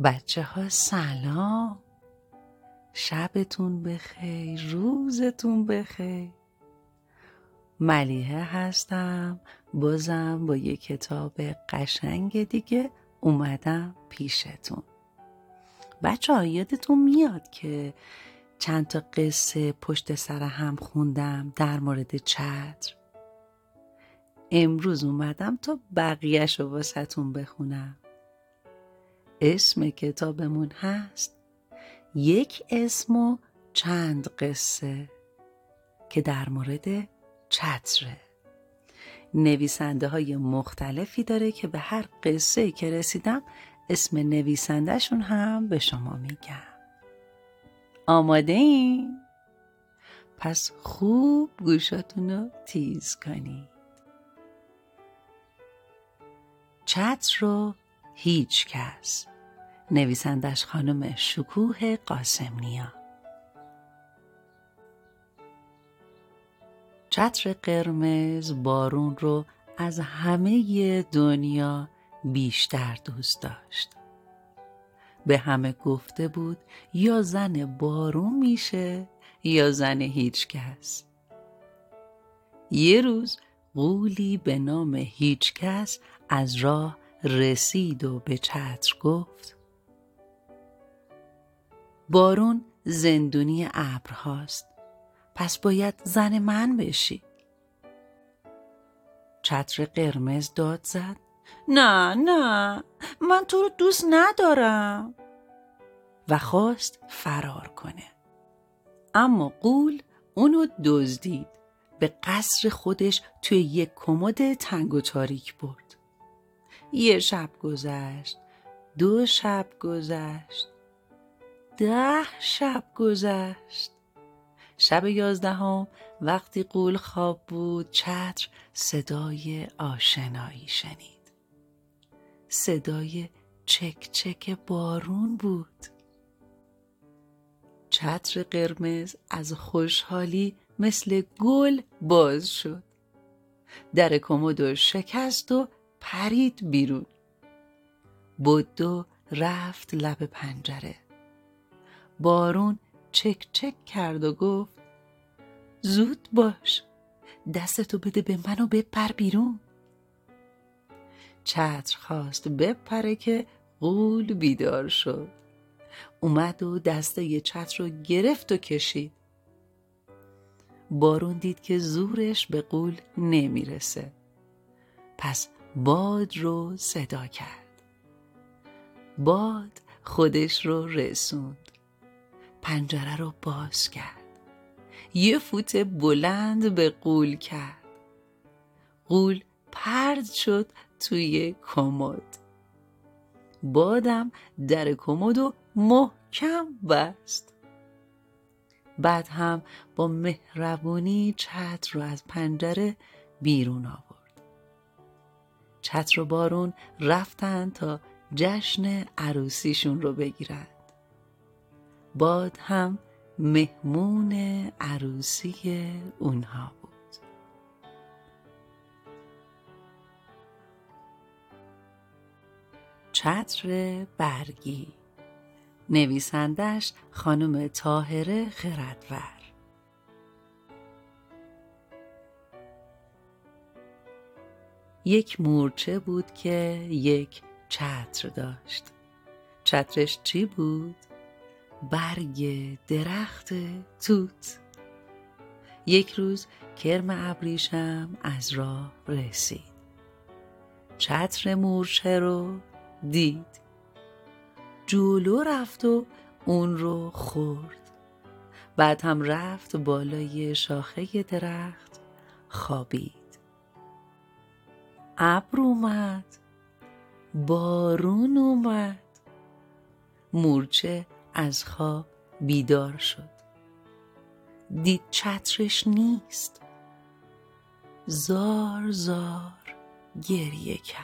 بچه ها سلام، شبتون بخیر، روزتون بخیر. ملیحه هستم، بازم با یک کتاب قشنگ دیگه اومدم پیشتون. بچه ها یادتون میاد که چند تا قصه پشت سر هم خوندم در مورد چتر؟ امروز اومدم تا بقیه‌ش رو واسهتون بخونم. اسم کتابمون هست یک اسم و چند قصه که در مورد چتره. نویسنده های مختلفی داره که به هر قصه که رسیدم اسم نویسندهشون هم به شما میگم. آماده این؟ پس خوب گوشاتون رو تیز کنید. چتر رو هیچ کس، نویسندش خانم شکوه قاسم‌نیا. چتر قرمز بارون رو از همه دنیا بیشتر دوست داشت. به همه گفته بود یا زن بارون میشه یا زن هیچ کس. یه روز غولی به نام هیچ کس از راه رسید و به چتر گفت بارون زندونی ابرهاست، پس باید زن من بشی. چتر قرمز داد زد نه من تو رو دوست ندارم و خواست فرار کنه. اما غول اونو دزدید، به قصر خودش توی یک کمد تنگ و تاریک برد. یه شب گذشت، 2 شب گذشت، 10 شب گذشت. شب 11 وقتی غول خواب بود چتر صدای آشنایی شنید. صدای چک چک بارون بود. چتر قرمز از خوشحالی مثل گل باز شد. در کمد شکست و پرید بیرون. بدو رفت لب پنجره. بارون چک چک کرد و گفت زود باش، دستتو بده به من و بپر بیرون. چتر خواست بپره که غول بیدار شد. اومد و دسته چتر رو گرفت و کشید. بارون دید که زورش به غول نمیرسه، پس باد رو صدا کرد. باد خودش رو رسوند، پنجره رو باز کرد، یه فوت بلند به غول کرد. غول پرد شد توی کمد. بادم در کمد رو محکم بست. بعد هم با مهربونی چتر رو از پنجره بیرون آورد. چتر و بارون رفتن تا جشن عروسیشون رو بگیرند. باد هم مهمون عروسی اونها بود. چتر برگی، نویسندش خانم طاهره خردور. یک مورچه بود که یک چتر داشت. چترش چی بود؟ برگ درخت توت. یک روز کرم ابریشم از راه رسید. چتر مورچه رو دید. جلو رفت و اون رو خورد. بعد هم رفت بالای شاخه درخت خوابید. ابر اومد، بارون اومد. مورچه از خواب بیدار شد. دید چترش نیست. زار زار گریه کرد.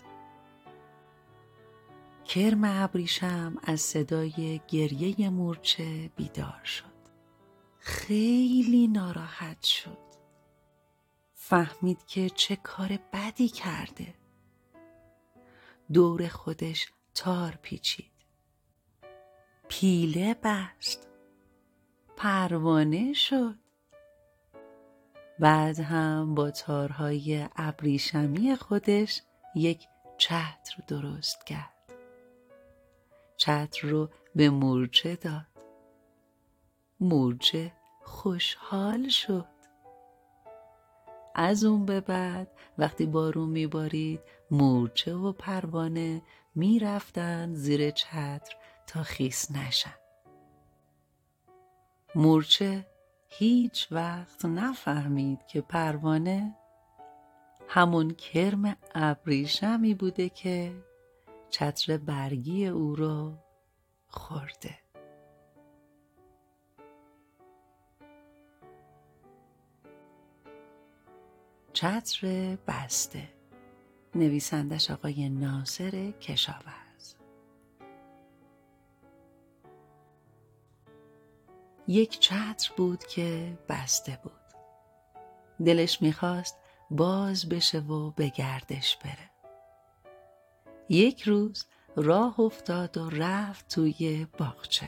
کرم ابریشم از صدای گریه مورچه بیدار شد. خیلی ناراحت شد. فهمید که چه کار بدی کرده. دور خودش تار پیچید. پیله بست، پروانه شد. بعد هم با تارهای ابریشمی خودش یک چتر درست کرد. چتر رو به مورچه داد. مورچه خوشحال شد. از اون به بعد وقتی بارون میبارید مورچه و پروانه میرفتن زیر چتر تا خیس نشن. مورچه هیچ وقت نفهمید که پروانه همون کرم ابریشمی بوده که چتر برگی او رو خورده. چتر بسته، نویسندش آقای ناصر کشاورز. یک چتر بود که بسته بود. دلش میخواست باز بشه و به گردش بره. یک روز راه افتاد و رفت توی باغچه.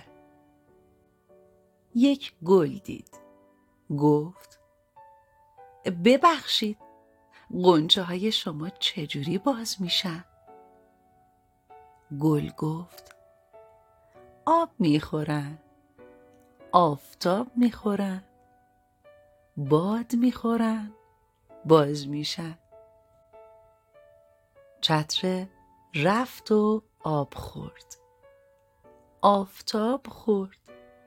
یک گل دید. گفت: ببخشید، غنچه های شما چجوری باز میشن؟ گل گفت: آب میخورن، آفتاب میخورن، باد میخورن، باز میشن. چتر رفت و آب خورد، آفتاب خورد،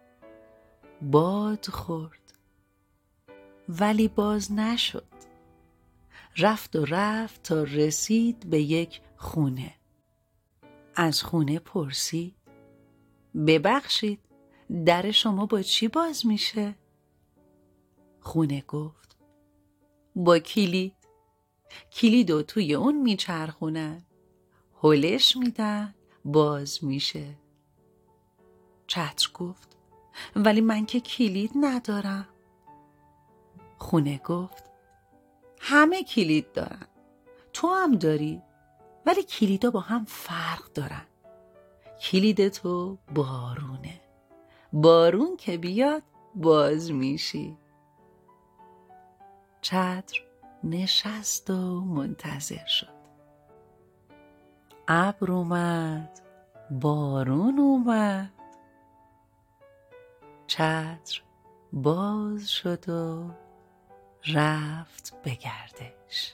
باد خورد، ولی باز نشد. رفت و رفت تا رسید به یک خونه. از خونه پرسید: ببخشید، در شما با چی باز میشه؟ خونه گفت: با کلید. کلیدو توی اون میچرخونن، هلش میدن، باز میشه. چتر گفت: ولی من که کلید ندارم. خونه گفت: همه کلید دارن، تو هم داری، ولی کلیدا با هم فرق دارن. کلید تو بارونه، بارون که بیاد باز میشی. چتر نشست و منتظر شد. ابر اومد، بارون اومد. چتر باز شد و رفت به گردش.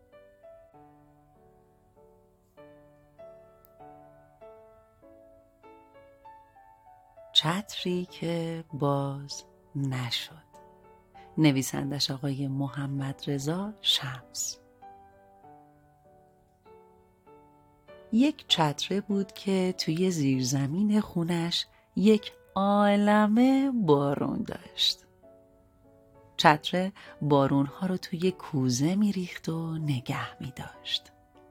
چتری که باز نشد، نویسندش آقای محمدرضا شمس. یک چتره بود که توی زیرزمین خونش یک عالمه بارون داشت. چتره بارونها رو توی کوزه میریخت و نگه میداشت.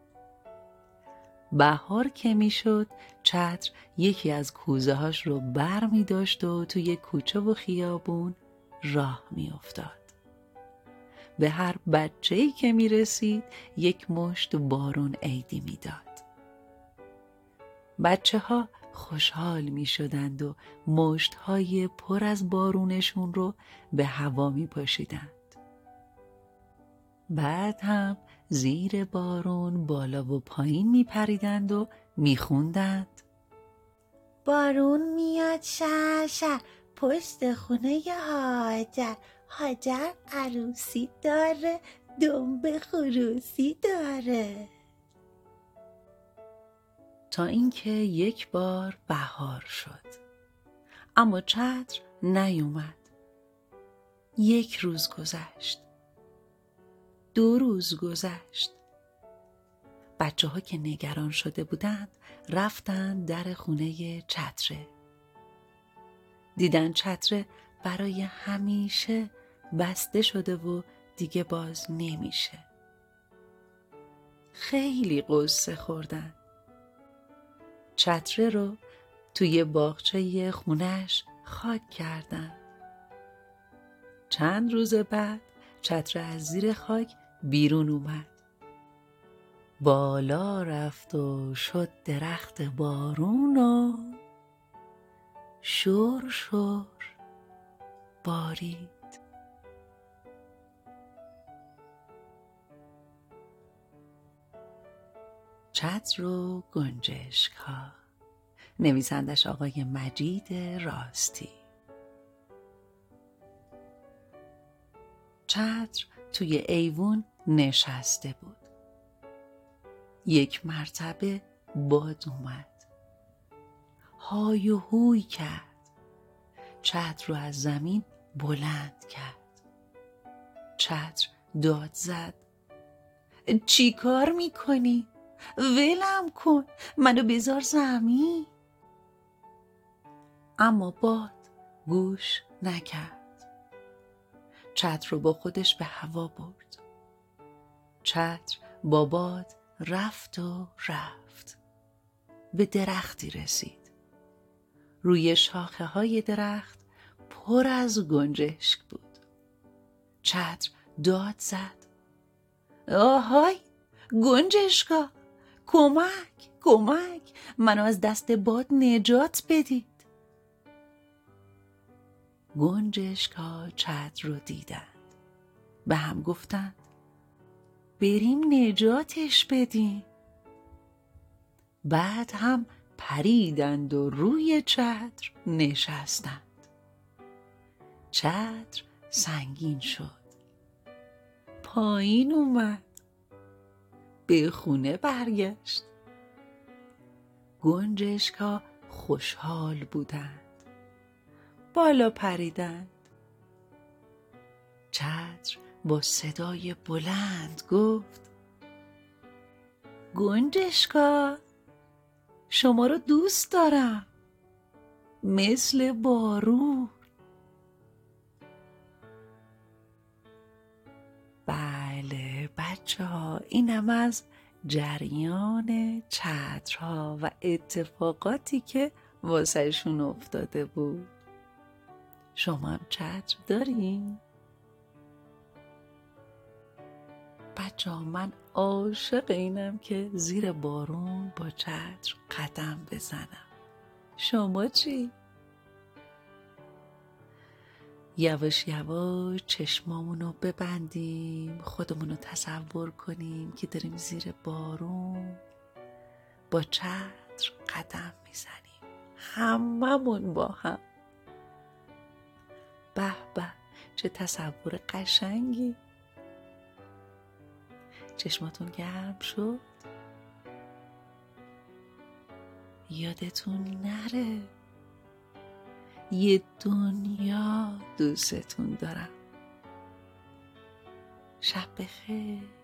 بهار که میشد چتر یکی از کوزه هاش رو بر میداشت و توی کوچه و خیابون راه میافتاد. به هر بچه‌ای که میرسید یک مشت بارون عیدی میداد. بچه ها خوشحال می شدند و مشتهای پر از بارونشون رو به هوا می پاشیدند. بعد هم زیر بارون بالا و پایین می پریدند و می خوندند: بارون میاد شر شر پشت خونه هاجر، هاجر عروسی داره، دنبه خروسی داره. تا اینکه یک بار بهار شد، اما چتر نیومد. یک روز گذشت، 2 روز گذشت. بچه ها که نگران شده بودند رفتن در خونه چتره. دیدن چتره برای همیشه بسته شده و دیگه باز نمیشه. خیلی غصه خوردن. چتره رو توی باغچه خونش خاک کردن. چند روز بعد چتره از زیر خاک بیرون اومد. بالا رفت و شد درخت بارون و شور شور بارید. چتر و گنجشک‌ها، نویسندش آقای مجید راستی. چتر توی ایوون نشسته بود. یک مرتبه باد اومد، های و هوی کرد، چتر رو از زمین بلند کرد. چتر داد زد: چی کار میکنی؟ ولم کن، منو بذار زمین. اما باد گوش نکرد. چتر رو با خودش به هوا برد. چتر با باد رفت و رفت. به درختی رسید. روی شاخه های درخت پر از گنجشک بود. چتر داد زد: آهای گنجشکا، کمک کمک، منو از دست باد نجات بدید. گنجشکا چتر رو دیدند، به هم گفتند: بریم نجاتش بدیم. بعد هم پریدند و روی چتر نشستند. چتر سنگین شد، پایین اومد، به خونه برگشت. گنجشکا خوشحال بودند، بالا پریدند. چتر با صدای بلند گفت: گنجشکا، شما رو دوست دارم، مثل بارون. بله بچه ها، اینم از جریان چترها و اتفاقاتی که واسه شون افتاده بود. شما هم چتر دارین؟ بچه ها، من عاشق اینم که زیر بارون با چتر قدم بزنم. شما چی؟ یواش یواش چشمامونو ببندیم، خودمونو تصور کنیم که داریم زیر بارون با چتر قدم میزنیم، هممون با هم. به به، چه تصور قشنگی. چشماتون گرم شد؟ یادتون نره یه دنیا دوستتون دارم. شب بخیر.